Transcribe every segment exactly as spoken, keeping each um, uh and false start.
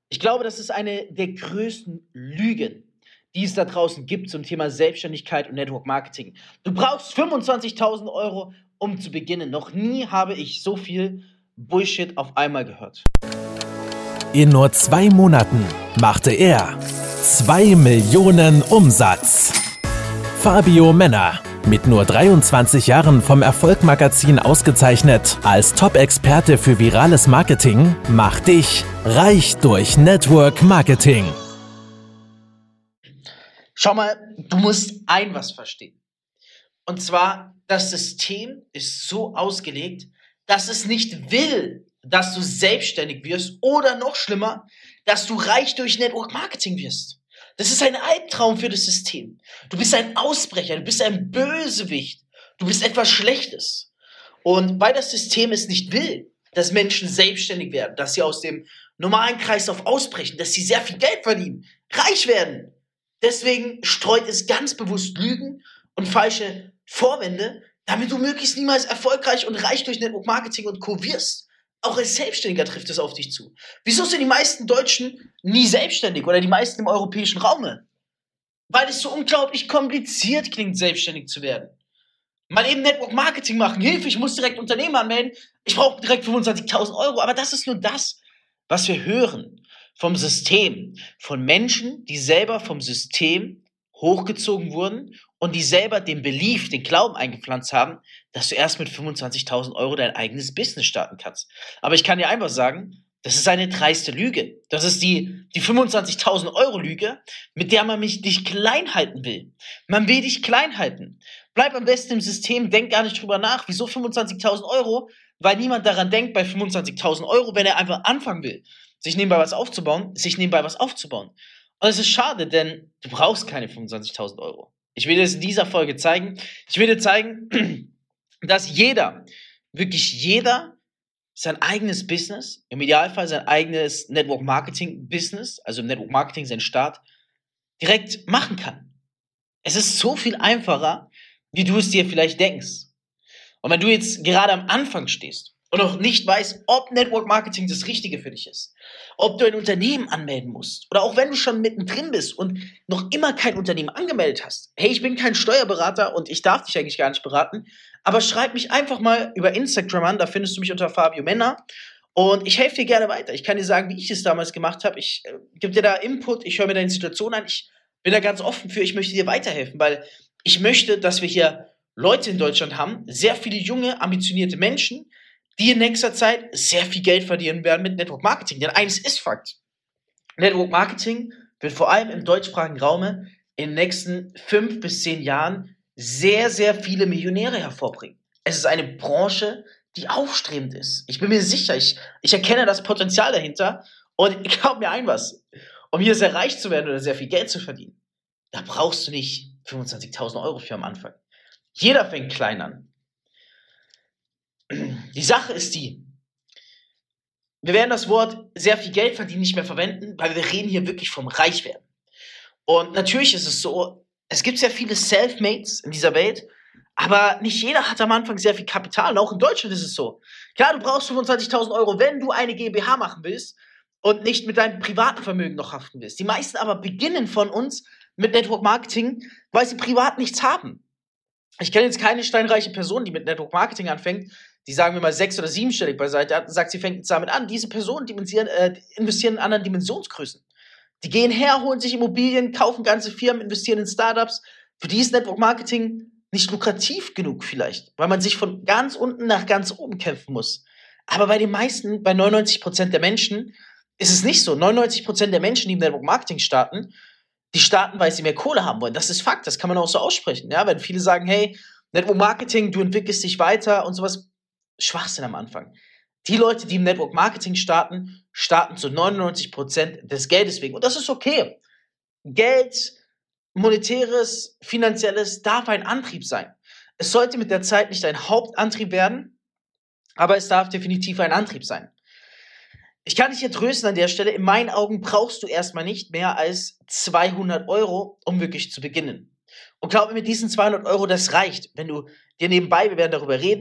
Ich glaube, das ist eine der größten Lügen, die es da draußen gibt zum Thema Selbstständigkeit und Network Marketing. Du brauchst fünfundzwanzigtausend Euro, um zu beginnen. Noch nie habe ich so viel Bullshit auf einmal gehört. In nur zwei Monaten machte er zwei Millionen Umsatz. Fabio Männer, mit nur dreiundzwanzig Jahren vom Erfolg-Magazin ausgezeichnet als Top-Experte für virales Marketing, macht dich reich durch Network Marketing. Schau mal, du musst ein was verstehen. Und zwar, das System ist so ausgelegt, dass es nicht will, dass du selbstständig wirst oder noch schlimmer, dass du reich durch Network Marketing wirst. Das ist ein Albtraum für das System. Du bist ein Ausbrecher, du bist ein Bösewicht, du bist etwas Schlechtes. Und weil das System es nicht will, dass Menschen selbstständig werden, dass sie aus dem normalen Kreislauf ausbrechen, dass sie sehr viel Geld verdienen, reich werden. Deswegen streut es ganz bewusst Lügen und falsche Vorwände, damit du möglichst niemals erfolgreich und reich durch Network Marketing und Co. wirst. Auch als Selbstständiger trifft es auf dich zu. Wieso sind die meisten Deutschen nie selbstständig oder die meisten im europäischen Raum? Weil es so unglaublich kompliziert klingt, selbstständig zu werden. Mal eben Network Marketing machen, Hilfe, ich muss direkt Unternehmen anmelden, ich brauche direkt fünfundzwanzigtausend Euro, aber das ist nur das, was wir hören vom System, von Menschen, die selber vom System hochgezogen wurden und die selber den Belief, den Glauben eingepflanzt haben, dass du erst mit fünfundzwanzigtausend Euro dein eigenes Business starten kannst. Aber ich kann dir einfach sagen, das ist eine dreiste Lüge. Das ist die, die fünfundzwanzigtausend Euro Lüge, mit der man mich, dich klein halten will. Man will dich klein halten. Bleib am besten im System, denk gar nicht drüber nach. Wieso fünfundzwanzigtausend Euro? Weil niemand daran denkt, bei fünfundzwanzigtausend Euro, wenn er einfach anfangen will, sich nebenbei was aufzubauen, sich nebenbei was aufzubauen. Und es ist schade, denn du brauchst keine fünfundzwanzigtausend Euro. Ich will dir das in dieser Folge zeigen. Ich will dir zeigen, dass jeder, wirklich jeder, sein eigenes Business, im Idealfall sein eigenes Network Marketing Business, also im Network Marketing sein Start, direkt machen kann. Es ist so viel einfacher, wie du es dir vielleicht denkst. Und wenn du jetzt gerade am Anfang stehst und noch nicht weißt, ob Network Marketing das Richtige für dich ist, ob du ein Unternehmen anmelden musst oder auch wenn du schon mittendrin bist und noch immer kein Unternehmen angemeldet hast. Hey, ich bin kein Steuerberater und ich darf dich eigentlich gar nicht beraten, aber schreib mich einfach mal über Instagram an, da findest du mich unter Fabio Männer und ich helfe dir gerne weiter. Ich kann dir sagen, wie ich es damals gemacht habe. Ich äh, gebe dir da Input, ich höre mir deine Situation an, ich bin da ganz offen für, ich möchte dir weiterhelfen, weil ich möchte, dass wir hier Leute in Deutschland haben, sehr viele junge, ambitionierte Menschen, die in nächster Zeit sehr viel Geld verdienen werden mit Network Marketing. Denn eines ist Fakt. Network Marketing wird vor allem im deutschsprachigen Raum in den nächsten fünf bis zehn Jahren sehr, sehr viele Millionäre hervorbringen. Es ist eine Branche, die aufstrebend ist. Ich bin mir sicher, ich, ich erkenne das Potenzial dahinter und glaub mir ein was, um hier sehr reich zu werden oder sehr viel Geld zu verdienen, da brauchst du nicht fünfundzwanzigtausend Euro für am Anfang. Jeder fängt klein an. Die Sache ist die, wir werden das Wort sehr viel Geld verdienen nicht mehr verwenden, weil wir reden hier wirklich vom Reichwerden. Und natürlich ist es so, es gibt sehr viele Selfmates in dieser Welt, aber nicht jeder hat am Anfang sehr viel Kapital. Und auch in Deutschland ist es so. Klar, du brauchst fünfundzwanzigtausend Euro, wenn du eine GmbH machen willst und nicht mit deinem privaten Vermögen noch haften willst. Die meisten aber beginnen von uns mit Network Marketing, weil sie privat nichts haben. Ich kenne jetzt keine steinreiche Person, die mit Network Marketing anfängt, die sagen wir mal sechs- oder siebenstellig beiseite hat und sagt, sie fängt jetzt damit an. Diese Personen dimensieren, äh, investieren in anderen Dimensionsgrößen. Die gehen her, holen sich Immobilien, kaufen ganze Firmen, investieren in Startups. Für die ist Network Marketing nicht lukrativ genug vielleicht, weil man sich von ganz unten nach ganz oben kämpfen muss. Aber bei den meisten, bei neunundneunzig Prozent der Menschen, ist es nicht so. neunundneunzig Prozent der Menschen, die im Network Marketing starten, die starten, weil sie mehr Kohle haben wollen. Das ist Fakt, das kann man auch so aussprechen. Ja, wenn viele sagen, hey, Network Marketing, du entwickelst dich weiter und sowas, Schwachsinn am Anfang. Die Leute, die im Network Marketing starten, starten zu neunundneunzig Prozent des Geldes wegen. Und das ist okay. Geld, monetäres, finanzielles darf ein Antrieb sein. Es sollte mit der Zeit nicht ein Hauptantrieb werden, aber es darf definitiv ein Antrieb sein. Ich kann dich hier trösten an der Stelle. In meinen Augen brauchst du erstmal nicht mehr als zweihundert Euro, um wirklich zu beginnen. Und glaub mir, mit diesen zweihundert Euro, das reicht. Wenn du dir nebenbei, wir werden darüber reden,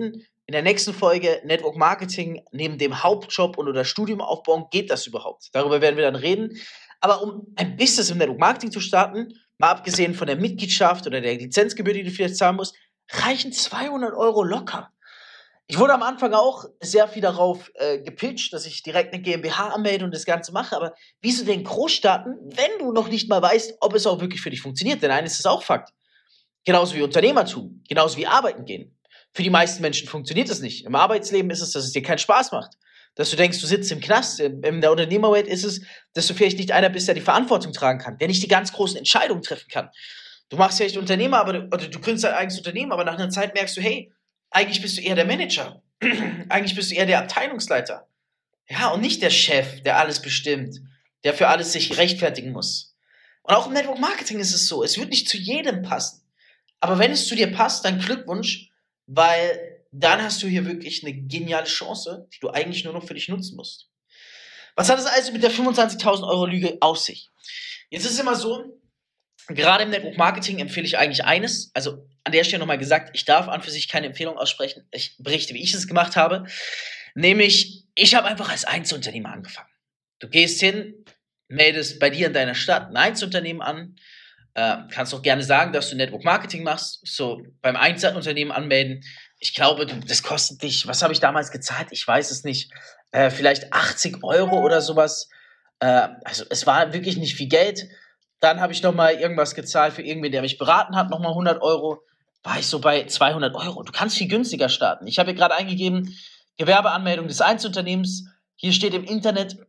in der nächsten Folge Network Marketing neben dem Hauptjob und oder Studium aufbauen. Geht das überhaupt? Darüber werden wir dann reden. Aber um ein Business im Network Marketing zu starten, mal abgesehen von der Mitgliedschaft oder der Lizenzgebühr, die du vielleicht zahlen musst, reichen zweihundert Euro locker. Ich wurde am Anfang auch sehr viel darauf äh, gepitcht, dass ich direkt eine GmbH anmelde und das Ganze mache. Aber wieso denn groß starten, wenn du noch nicht mal weißt, ob es auch wirklich für dich funktioniert? Denn eines ist auch Fakt. Genauso wie Unternehmertum, genauso wie arbeiten gehen. Für die meisten Menschen funktioniert das nicht. Im Arbeitsleben ist es, dass es dir keinen Spaß macht. Dass du denkst, du sitzt im Knast. In der Unternehmerwelt ist es, dass du vielleicht nicht einer bist, der die Verantwortung tragen kann, der nicht die ganz großen Entscheidungen treffen kann. Du machst vielleicht Unternehmer, aber du, oder du gründest dein eigenes Unternehmen, aber nach einer Zeit merkst du, hey, eigentlich bist du eher der Manager. Eigentlich bist du eher der Abteilungsleiter. Ja, und nicht der Chef, der alles bestimmt, der für alles sich rechtfertigen muss. Und auch im Network Marketing ist es so, es wird nicht zu jedem passen. Aber wenn es zu dir passt, dann Glückwunsch, weil dann hast du hier wirklich eine geniale Chance, die du eigentlich nur noch für dich nutzen musst. Was hat es also mit der fünfundzwanzigtausend Euro Lüge auf sich? Jetzt ist es immer so, gerade im Network Marketing empfehle ich eigentlich eines, also an der Stelle nochmal gesagt, ich darf an für sich keine Empfehlung aussprechen, ich berichte, wie ich es gemacht habe, nämlich, ich habe einfach als Einzelunternehmer angefangen. Du gehst hin, meldest bei dir in deiner Stadt ein Einzelunternehmen an, äh, kannst auch gerne sagen, dass du Network Marketing machst, so beim Einzelunternehmen anmelden. Ich glaube, das kostet dich, was habe ich damals gezahlt? Ich weiß es nicht, äh, vielleicht achtzig Euro oder sowas. Äh, also es war wirklich nicht viel Geld. Dann habe ich nochmal irgendwas gezahlt für irgendwen, der mich beraten hat, nochmal hundert Euro. War ich so bei zweihundert Euro. Du kannst viel günstiger starten. Ich habe hier gerade eingegeben, Gewerbeanmeldung des Einzelunternehmens. Hier steht im Internet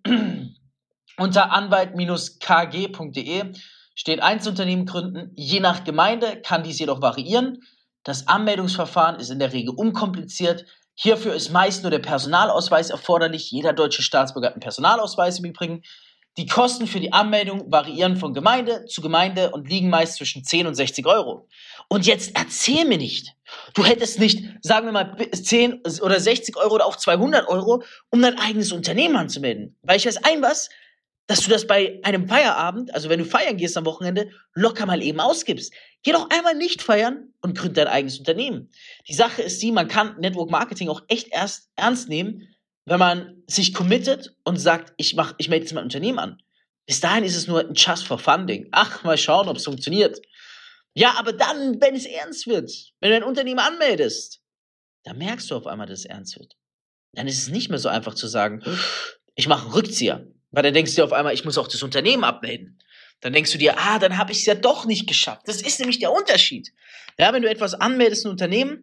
unter anwalt Bindestrich k g punkt d e steht Einzelunternehmen gründen. Je nach Gemeinde kann dies jedoch variieren. Das Anmeldungsverfahren ist in der Regel unkompliziert. Hierfür ist meist nur der Personalausweis erforderlich. Jeder deutsche Staatsbürger hat einen Personalausweis im Übrigen. Die Kosten für die Anmeldung variieren von Gemeinde zu Gemeinde und liegen meist zwischen zehn und sechzig Euro. Und jetzt erzähl mir nicht, du hättest nicht, sagen wir mal, zehn oder sechzig Euro oder auch zweihundert Euro, um dein eigenes Unternehmen anzumelden. Weil ich weiß ein was, dass du das bei einem Feierabend, also wenn du feiern gehst am Wochenende, locker mal eben ausgibst. Geh doch einmal nicht feiern und gründ dein eigenes Unternehmen. Die Sache ist die, man kann Network Marketing auch echt erst ernst nehmen, wenn man sich committet und sagt, ich mach, ich melde jetzt mein Unternehmen an. Bis dahin ist es nur ein Just for Funding. Ach, mal schauen, ob es funktioniert. Ja, aber dann, wenn es ernst wird, wenn du ein Unternehmen anmeldest, dann merkst du auf einmal, dass es ernst wird. Dann ist es nicht mehr so einfach zu sagen, ich mache einen Rückzieher. Weil dann denkst du dir auf einmal, ich muss auch das Unternehmen abmelden. Dann denkst du dir, ah, dann habe ich es ja doch nicht geschafft. Das ist nämlich der Unterschied. Ja, wenn du etwas anmeldest, ein Unternehmen,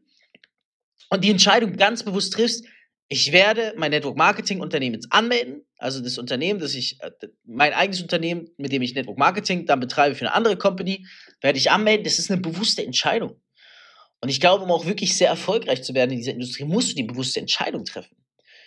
und die Entscheidung ganz bewusst triffst, ich werde mein Network Marketing Unternehmen jetzt anmelden, also das Unternehmen, das ich, mein eigenes Unternehmen, mit dem ich Network Marketing dann betreibe für eine andere Company, werde ich anmelden. Das ist eine bewusste Entscheidung. Und ich glaube, um auch wirklich sehr erfolgreich zu werden in dieser Industrie, musst du die bewusste Entscheidung treffen.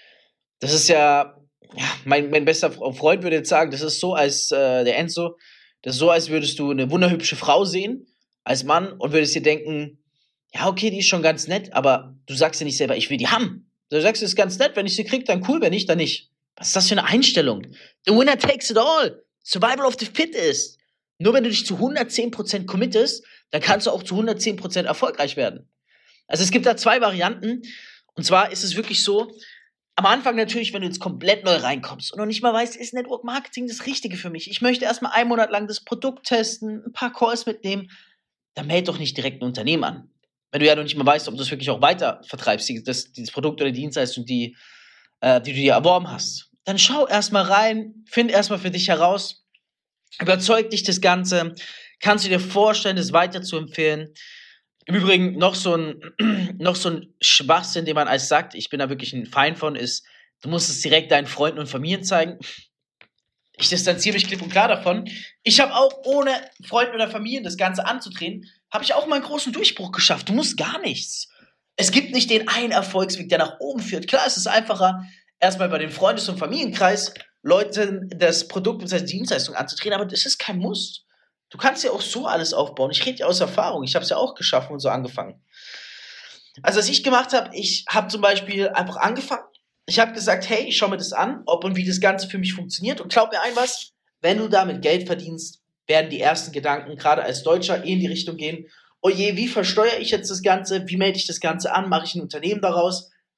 Das ist ja, ja mein, mein bester Freund würde jetzt sagen, das ist so, als äh, der Enzo, das ist so, als würdest du eine wunderhübsche Frau sehen, als Mann, und würdest dir denken, ja, okay, die ist schon ganz nett, aber du sagst dir nicht selber, ich will die haben. Du sagst, es ist ganz nett, wenn ich sie kriege, dann cool, wenn nicht, dann nicht. Was ist das für eine Einstellung? The winner takes it all. Survival of the fittest. Nur wenn du dich zu hundertzehn Prozent committest, dann kannst du auch zu hundertzehn Prozent erfolgreich werden. Also es gibt da zwei Varianten. Und zwar ist es wirklich so, am Anfang natürlich, wenn du jetzt komplett neu reinkommst und noch nicht mal weißt, ist Network Marketing das Richtige für mich? Ich möchte erstmal einen Monat lang das Produkt testen, ein paar Calls mitnehmen. Dann meld doch nicht direkt ein Unternehmen an. Wenn du ja noch nicht mal weißt, ob du es wirklich auch weiter vertreibst, das, dieses Produkt oder die Dienstleistung, die, äh, die du dir erworben hast. Dann schau erstmal rein, find erstmal für dich heraus, überzeug dich das Ganze, kannst du dir vorstellen, das weiter zu empfehlen. Im Übrigen noch so ein, noch so ein Schwachsinn, den man als sagt, ich bin da wirklich ein Feind von, ist, du musst es direkt deinen Freunden und Familien zeigen. Ich distanziere mich klipp und klar davon. Ich habe auch ohne Freunden oder Familien das Ganze anzutreten, habe ich auch mal einen großen Durchbruch geschafft. Du musst gar nichts. Es gibt nicht den einen Erfolgsweg, der nach oben führt. Klar, es ist einfacher, erstmal bei dem Freundes- und Familienkreis Leuten das Produkt bzw. die Dienstleistung anzutreten, aber das ist kein Muss. Du kannst ja auch so alles aufbauen. Ich rede ja aus Erfahrung. Ich habe es ja auch geschafft und so angefangen. Also was ich gemacht habe, ich habe zum Beispiel einfach angefangen. Ich habe gesagt, hey, ich schaue mir das an, ob und wie das Ganze für mich funktioniert. Und glaub mir ein was, wenn du damit Geld verdienst, werden die ersten Gedanken, gerade als Deutscher, eh in die Richtung gehen, oh je, wie versteuere ich jetzt das Ganze? Wie melde ich das Ganze an? Mache ich ein Unternehmen daraus?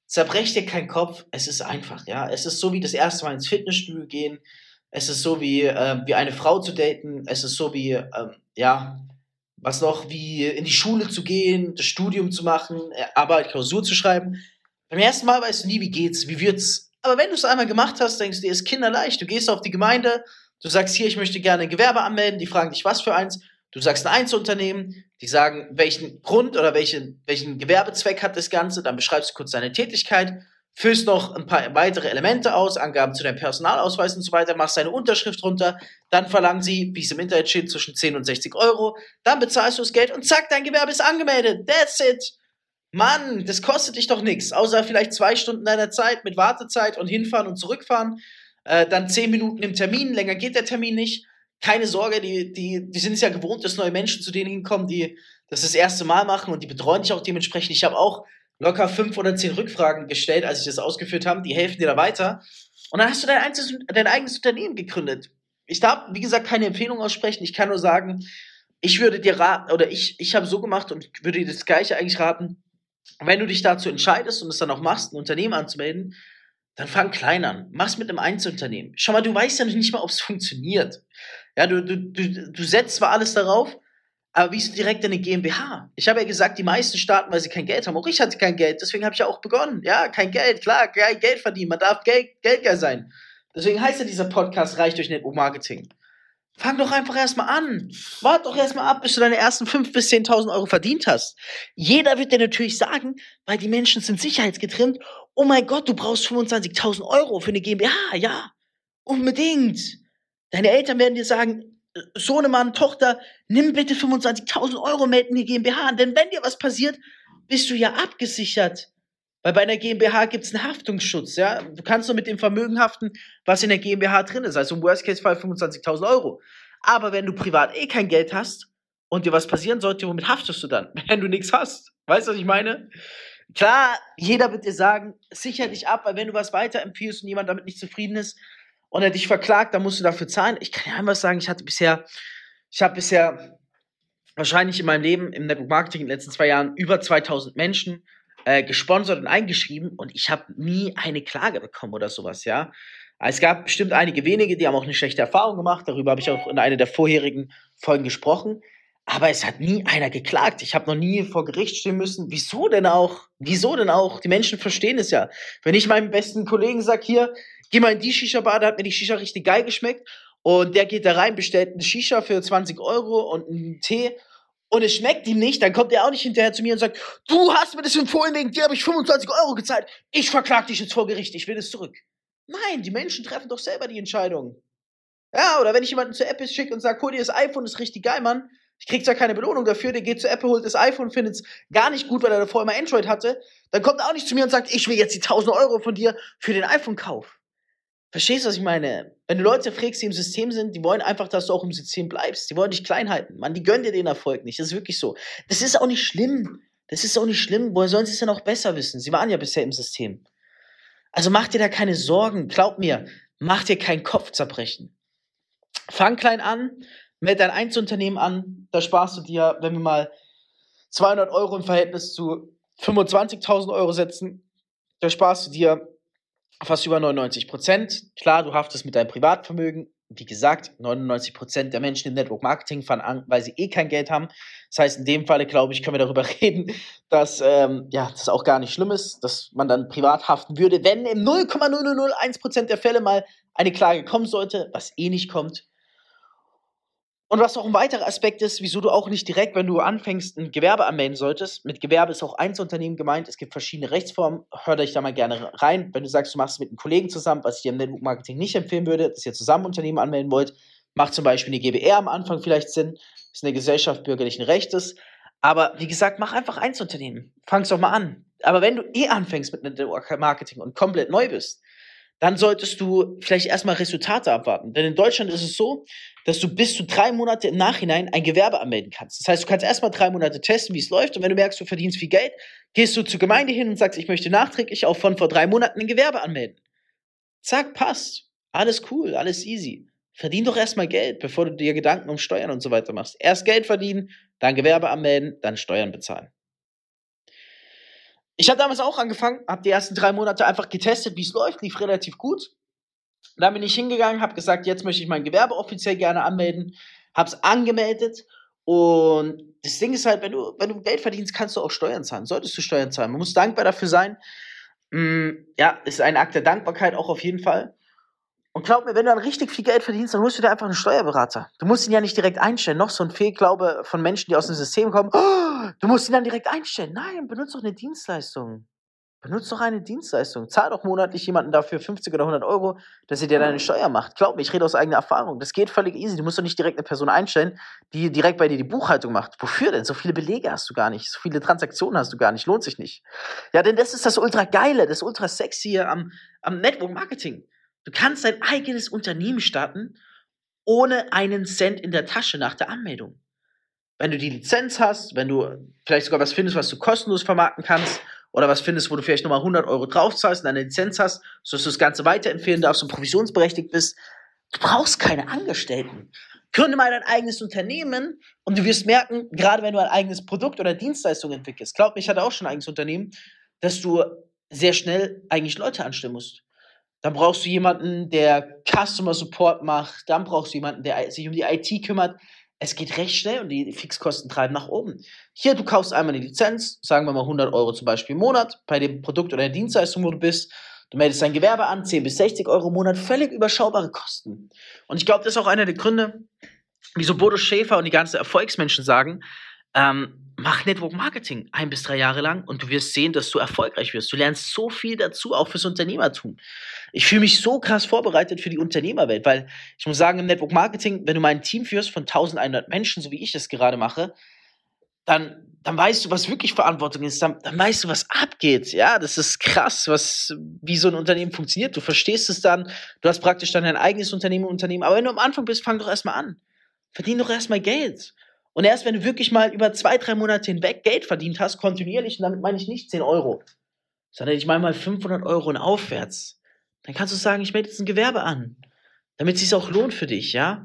zerbrech dir keinen Kopf, es ist einfach, ja. Es ist so wie das erste Mal ins Fitnessstudio gehen, es ist so wie, äh, wie eine Frau zu daten, es ist so wie, ähm, ja, was noch, wie in die Schule zu gehen, das Studium zu machen, äh, Arbeit, Klausur zu schreiben. Beim ersten Mal weißt du nie, wie geht's, wie wird's. Aber wenn du es einmal gemacht hast, denkst du dir, ist kinderleicht. Du gehst auf die Gemeinde, du sagst hier, ich möchte gerne ein Gewerbe anmelden, die fragen dich, was für eins. Du sagst ein Einzelunternehmen, die sagen, welchen Grund oder welchen, welchen Gewerbezweck hat das Ganze, dann beschreibst du kurz deine Tätigkeit, füllst noch ein paar weitere Elemente aus, Angaben zu deinem Personalausweis und so weiter, machst deine Unterschrift runter, dann verlangen sie, wie es im Internet steht, zwischen zehn und sechzig Euro, dann bezahlst du das Geld und zack, dein Gewerbe ist angemeldet. That's it. Mann, das kostet dich doch nichts, außer vielleicht zwei Stunden deiner Zeit mit Wartezeit und hinfahren und zurückfahren, äh, dann zehn Minuten im Termin, länger geht der Termin nicht. Keine Sorge, die, die, die sind es ja gewohnt, dass neue Menschen zu denen hinkommen, die das das erste Mal machen und die betreuen dich auch dementsprechend. Ich habe auch locker fünf oder zehn Rückfragen gestellt, als ich das ausgeführt habe. Die helfen dir da weiter. Und dann hast du dein, einziges, dein eigenes Unternehmen gegründet. Ich darf, wie gesagt, keine Empfehlung aussprechen. Ich kann nur sagen, ich würde dir raten, oder ich, ich habe so gemacht und würde dir das Gleiche eigentlich raten, wenn du dich dazu entscheidest und es dann auch machst, ein Unternehmen anzumelden, dann fang klein an. Mach's mit einem Einzelunternehmen. Schau mal, du weißt ja nicht mal, ob es funktioniert. Ja, du, du, du, du setzt zwar alles darauf, aber wie ist direkt eine GmbH? Ich habe ja gesagt, die meisten starten, weil sie kein Geld haben. Auch ich hatte kein Geld, deswegen habe ich ja auch begonnen. Ja, kein Geld, klar, Geld verdienen. Man darf Geld, Geldgeil sein. Deswegen heißt ja dieser Podcast Reich durch Network Marketing. Fang doch einfach erstmal an. Wart doch erstmal ab, bis du deine ersten fünftausend bis zehntausend Euro verdient hast. Jeder wird dir natürlich sagen, weil die Menschen sind sicherheitsgetrimmt, oh mein Gott, du brauchst fünfundzwanzigtausend Euro für eine GmbH. Ja, unbedingt. Deine Eltern werden dir sagen, Sohnemann, Tochter, nimm bitte fünfundzwanzigtausend Euro, meld eine GmbH an. Denn wenn dir was passiert, bist du ja abgesichert. Weil bei einer GmbH gibt es einen Haftungsschutz, ja. Du kannst nur mit dem Vermögen haften, was in der GmbH drin ist. Also im Worst-Case-Fall fünfundzwanzigtausend Euro. Aber wenn du privat eh kein Geld hast und dir was passieren sollte, womit haftest du dann? Wenn du nichts hast. Weißt du, was ich meine? Klar, jeder wird dir sagen, sicher dich ab, weil wenn du was weiterempfiehlst und jemand damit nicht zufrieden ist und er dich verklagt, dann musst du dafür zahlen. Ich kann ja einfach sagen, ich hatte bisher, ich habe bisher wahrscheinlich in meinem Leben im Network Marketing in den letzten zwei Jahren über zweitausend Menschen Äh, gesponsert und eingeschrieben und ich habe nie eine Klage bekommen oder sowas, ja. Es gab bestimmt einige wenige, die haben auch eine schlechte Erfahrung gemacht, darüber habe ich auch in einer der vorherigen Folgen gesprochen, aber es hat nie einer geklagt. Ich habe noch nie vor Gericht stehen müssen. Wieso denn auch? Wieso denn auch? Die Menschen verstehen es ja. Wenn ich meinem besten Kollegen sage, hier, geh mal in die Shisha-Bar, da hat mir die Shisha richtig geil geschmeckt und der geht da rein, bestellt eine Shisha für zwanzig Euro und einen Tee und es schmeckt ihm nicht, dann kommt er auch nicht hinterher zu mir und sagt, du hast mir das empfohlen, wegen dir habe ich fünfundzwanzig Euro gezahlt, ich verklag dich jetzt vor Gericht, ich will das zurück. Nein, die Menschen treffen doch selber die Entscheidung. Ja, oder wenn ich jemanden zu Apple schicke und sage, hol dir das iPhone, das ist richtig geil, Mann, ich krieg zwar keine Belohnung dafür, der geht zu Apple, holt das iPhone, findet es gar nicht gut, weil er davor immer Android hatte, dann kommt er auch nicht zu mir und sagt, ich will jetzt die tausend Euro von dir für den iPhone-Kauf. Verstehst du, was ich meine? Wenn du Leute fragst, die im System sind, die wollen einfach, dass du auch im System bleibst. Die wollen dich klein halten. Mann, die gönnen dir den Erfolg nicht. Das ist wirklich so. Das ist auch nicht schlimm. Das ist auch nicht schlimm. Woher sollen sie es denn auch besser wissen? Sie waren ja bisher im System. Also mach dir da keine Sorgen. Glaub mir, mach dir keinen Kopfzerbrechen. Fang klein an, meld dein Einzelunternehmen an. Da sparst du dir, wenn wir mal zweihundert Euro im Verhältnis zu fünfundzwanzigtausend Euro setzen, da sparst du dir fast über neunundneunzig Prozent. Klar, du haftest mit deinem Privatvermögen. Wie gesagt, neunundneunzig Prozent der Menschen im Network Marketing fangen an, weil sie eh kein Geld haben. Das heißt, in dem Falle, glaube ich, können wir darüber reden, dass ähm, ja, das auch gar nicht schlimm ist, dass man dann privat haften würde, wenn im null Komma null null null eins Prozent der Fälle mal eine Klage kommen sollte, was eh nicht kommt. Und was auch ein weiterer Aspekt ist, wieso du auch nicht direkt, wenn du anfängst, ein Gewerbe anmelden solltest. Mit Gewerbe ist auch Einzelunternehmen gemeint. Es gibt verschiedene Rechtsformen. Hör dich da mal gerne rein. Wenn du sagst, du machst es mit einem Kollegen zusammen, was ich dir im Network Marketing nicht empfehlen würde, dass ihr zusammen Unternehmen anmelden wollt, macht zum Beispiel eine GbR am Anfang vielleicht Sinn. Das ist eine Gesellschaft bürgerlichen Rechtes. Aber wie gesagt, mach einfach Einzelunternehmen. Fang's doch mal an. Aber wenn du eh anfängst mit Network Marketing und komplett neu bist, dann solltest du vielleicht erstmal Resultate abwarten. Denn in Deutschland ist es so, dass du bis zu drei Monate im Nachhinein ein Gewerbe anmelden kannst. Das heißt, du kannst erstmal drei Monate testen, wie es läuft. Und wenn du merkst, du verdienst viel Geld, gehst du zur Gemeinde hin und sagst, ich möchte nachträglich auch von vor drei Monaten ein Gewerbe anmelden. Zack, passt. Alles cool, alles easy. Verdien doch erstmal Geld, bevor du dir Gedanken um Steuern und so weiter machst. Erst Geld verdienen, dann Gewerbe anmelden, dann Steuern bezahlen. Ich habe damals auch angefangen, habe die ersten drei Monate einfach getestet, wie es läuft, lief relativ gut. Dann bin ich hingegangen, habe gesagt, jetzt möchte ich mein Gewerbe offiziell gerne anmelden, habe es angemeldet und das Ding ist halt, wenn du, wenn du Geld verdienst, kannst du auch Steuern zahlen, solltest du Steuern zahlen. Man muss dankbar dafür sein. Mm, ja, ist ein Akt der Dankbarkeit auch auf jeden Fall. Und glaub mir, wenn du dann richtig viel Geld verdienst, dann holst du dir einfach einen Steuerberater. Du musst ihn ja nicht direkt einstellen. Noch so ein Fehlglaube von Menschen, die aus dem System kommen. Oh, du musst ihn dann direkt einstellen. Nein, benutze doch eine Dienstleistung. Benutze doch eine Dienstleistung. Zahl doch monatlich jemanden dafür fünfzig oder hundert Euro, dass er dir deine Steuer macht. Glaub mir, ich rede aus eigener Erfahrung. Das geht völlig easy. Du musst doch nicht direkt eine Person einstellen, die direkt bei dir die Buchhaltung macht. Wofür denn? So viele Belege hast du gar nicht. So viele Transaktionen hast du gar nicht. Lohnt sich nicht. Ja, denn das ist das ultra geile, das ultra sexy am, am Network Marketing. Du kannst dein eigenes Unternehmen starten, ohne einen Cent in der Tasche nach der Anmeldung. Wenn du die Lizenz hast, wenn du vielleicht sogar was findest, was du kostenlos vermarkten kannst, oder was findest, wo du vielleicht nochmal hundert Euro draufzahlst und eine Lizenz hast, sodass du das Ganze weiterempfehlen darfst und provisionsberechtigt bist. Du brauchst keine Angestellten. Gründe mal dein eigenes Unternehmen und du wirst merken, gerade wenn du ein eigenes Produkt oder Dienstleistung entwickelst, glaub mir, ich hatte auch schon ein eigenes Unternehmen, dass du sehr schnell eigentlich Leute anstellen musst. Dann brauchst du jemanden, der Customer Support macht, dann brauchst du jemanden, der sich um die I T kümmert. Es geht recht schnell und die Fixkosten treiben nach oben. Hier, du kaufst einmal eine Lizenz, sagen wir mal hundert Euro zum Beispiel im Monat, bei dem Produkt oder der Dienstleistung, wo du bist. Du meldest dein Gewerbe an, zehn bis sechzig Euro im Monat, völlig überschaubare Kosten. Und ich glaube, das ist auch einer der Gründe, wieso Bodo Schäfer und die ganzen Erfolgsmenschen sagen, ähm, mach Network Marketing ein bis drei Jahre lang und du wirst sehen, dass du erfolgreich wirst. Du lernst so viel dazu, auch fürs Unternehmertum. Ich fühle mich so krass vorbereitet für die Unternehmerwelt, weil ich muss sagen, im Network Marketing, wenn du mal ein Team führst von eintausendeinhundert Menschen, so wie ich das gerade mache, dann, dann weißt du, was wirklich Verantwortung ist, dann, dann weißt du, was abgeht. Ja, das ist krass, was, wie so ein Unternehmen funktioniert. Du verstehst es dann, du hast praktisch dann dein eigenes Unternehmen, Unternehmen. Aber wenn du am Anfang bist, fang doch erstmal an. Verdien doch erstmal Geld. Und erst wenn du wirklich mal über zwei, drei Monate hinweg Geld verdient hast, kontinuierlich, und damit meine ich nicht zehn Euro, sondern ich meine mal fünfhundert Euro und aufwärts, dann kannst du sagen, ich melde jetzt ein Gewerbe an, damit es sich auch lohnt für dich, ja.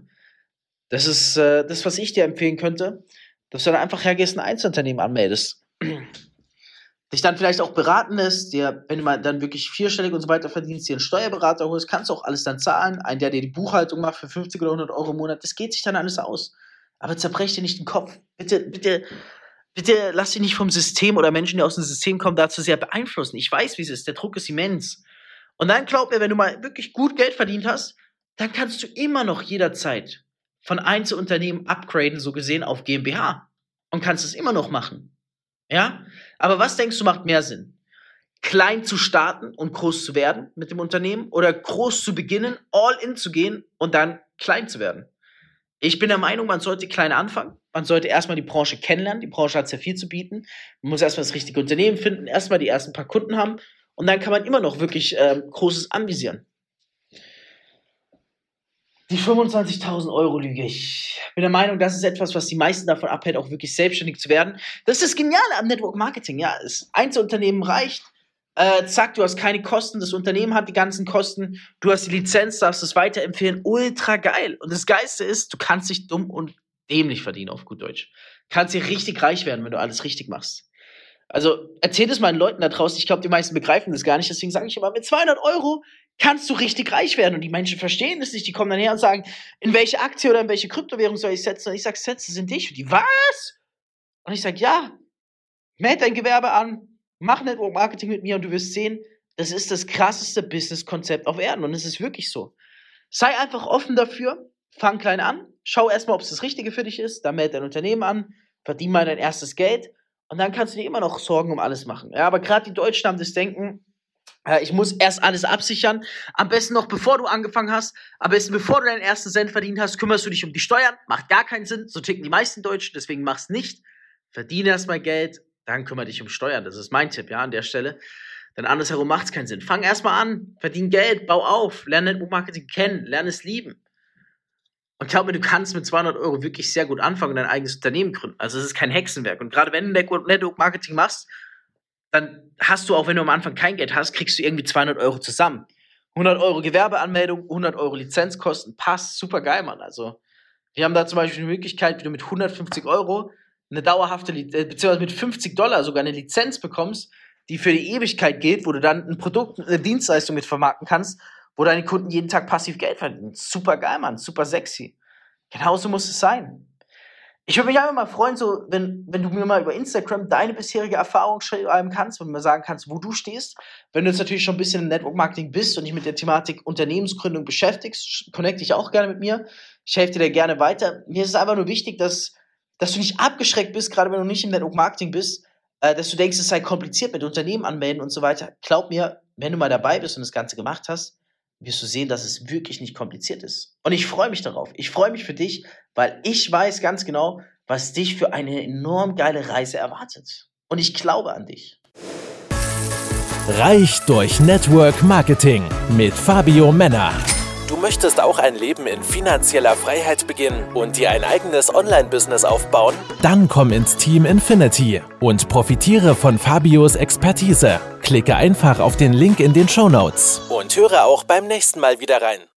Das ist äh, das, was ich dir empfehlen könnte, dass du dann einfach hergehst, ein Einzelunternehmen anmeldest. Dich dann vielleicht auch beraten lässt, dir, wenn du mal dann wirklich vierstellig und so weiter verdienst, dir einen Steuerberater holst, kannst du auch alles dann zahlen, einen, der dir die Buchhaltung macht für fünfzig oder hundert Euro im Monat, das geht sich dann alles aus. Aber zerbrech dir nicht den Kopf. Bitte, bitte, bitte lass dich nicht vom System oder Menschen, die aus dem System kommen, dazu sehr beeinflussen. Ich weiß, wie es ist. Der Druck ist immens. Und dann glaub mir, wenn du mal wirklich gut Geld verdient hast, dann kannst du immer noch jederzeit von Einzelunternehmen upgraden, so gesehen, auf GmbH. Und kannst es immer noch machen. Ja? Aber was denkst du macht mehr Sinn? Klein zu starten und groß zu werden mit dem Unternehmen oder groß zu beginnen, all in zu gehen und dann klein zu werden? Ich bin der Meinung, man sollte klein anfangen. Man sollte erstmal die Branche kennenlernen. Die Branche hat sehr viel zu bieten. Man muss erstmal das richtige Unternehmen finden, erstmal die ersten paar Kunden haben und dann kann man immer noch wirklich äh, Großes anvisieren. Die fünfundzwanzigtausend Euro Lüge. Ich bin der Meinung, das ist etwas, was die meisten davon abhält, auch wirklich selbstständig zu werden. Das ist das Geniale am Network Marketing. Ja, das Einzelunternehmen reicht. Äh, zack, du hast keine Kosten, das Unternehmen hat die ganzen Kosten, du hast die Lizenz, darfst es weiterempfehlen, ultra geil. Und das Geilste ist, du kannst dich dumm und dämlich verdienen, auf gut Deutsch. Du kannst hier richtig reich werden, wenn du alles richtig machst. Also, erzähl es meinen Leuten da draußen, ich glaube, die meisten begreifen das gar nicht, deswegen sage ich immer, mit zweihundert Euro kannst du richtig reich werden. Und die Menschen verstehen das nicht, die kommen dann her und sagen, in welche Aktie oder in welche Kryptowährung soll ich setzen? Und ich sage, setze es in dich. Und die, was? Und ich sage, ja, melde dein Gewerbe an, mach Network Marketing mit mir und du wirst sehen, das ist das krasseste Business-Konzept auf Erden und es ist wirklich so. Sei einfach offen dafür, fang klein an, schau erstmal, ob es das Richtige für dich ist, dann melde dein Unternehmen an, verdien mal dein erstes Geld und dann kannst du dir immer noch Sorgen um alles machen. Ja, aber gerade die Deutschen haben das Denken, äh, ich muss erst alles absichern, am besten noch bevor du angefangen hast, am besten bevor du deinen ersten Cent verdient hast, kümmerst du dich um die Steuern, macht gar keinen Sinn, so ticken die meisten Deutschen, deswegen mach's nicht, verdiene erstmal Geld, dann kümmere dich um Steuern. Das ist mein Tipp, ja, an der Stelle. Denn andersherum macht es keinen Sinn. Fang erstmal an, verdien Geld, bau auf, lerne Network Marketing kennen, lerne es lieben. Und glaub mir, du kannst mit zweihundert Euro wirklich sehr gut anfangen und dein eigenes Unternehmen gründen. Also es ist kein Hexenwerk. Und gerade wenn du Network Marketing machst, dann hast du auch, wenn du am Anfang kein Geld hast, kriegst du irgendwie zweihundert Euro zusammen. hundert Euro Gewerbeanmeldung, hundert Euro Lizenzkosten, passt, super geil, Mann. Also wir haben da zum Beispiel die Möglichkeit, wie du mit hundertfünfzig Euro eine dauerhafte, beziehungsweise mit fünfzig Dollar sogar eine Lizenz bekommst, die für die Ewigkeit gilt, wo du dann ein Produkt, eine Dienstleistung mit vermarkten kannst, wo deine Kunden jeden Tag passiv Geld verdienen. Super geil, Mann, super sexy. Genauso muss es sein. Ich würde mich einfach mal freuen, so, wenn, wenn du mir mal über Instagram deine bisherige Erfahrung schreiben kannst, wenn du mir sagen kannst, wo du stehst. Wenn du jetzt natürlich schon ein bisschen im Network Marketing bist und dich mit der Thematik Unternehmensgründung beschäftigst, connecte dich auch gerne mit mir. Ich helfe dir da gerne weiter. Mir ist es einfach nur wichtig, dass, dass du nicht abgeschreckt bist, gerade wenn du nicht im Network Marketing bist, äh, dass du denkst, es sei kompliziert mit Unternehmen anmelden und so weiter. Glaub mir, wenn du mal dabei bist und das Ganze gemacht hast, wirst du sehen, dass es wirklich nicht kompliziert ist. Und ich freue mich darauf. Ich freue mich für dich, weil ich weiß ganz genau, was dich für eine enorm geile Reise erwartet. Und ich glaube an dich. Reich durch Network Marketing mit Fabio Männer. Du möchtest auch ein Leben in finanzieller Freiheit beginnen und dir ein eigenes Online-Business aufbauen? Dann komm ins Team Infinity und profitiere von Fabios Expertise. Klicke einfach auf den Link in den Shownotes und höre auch beim nächsten Mal wieder rein.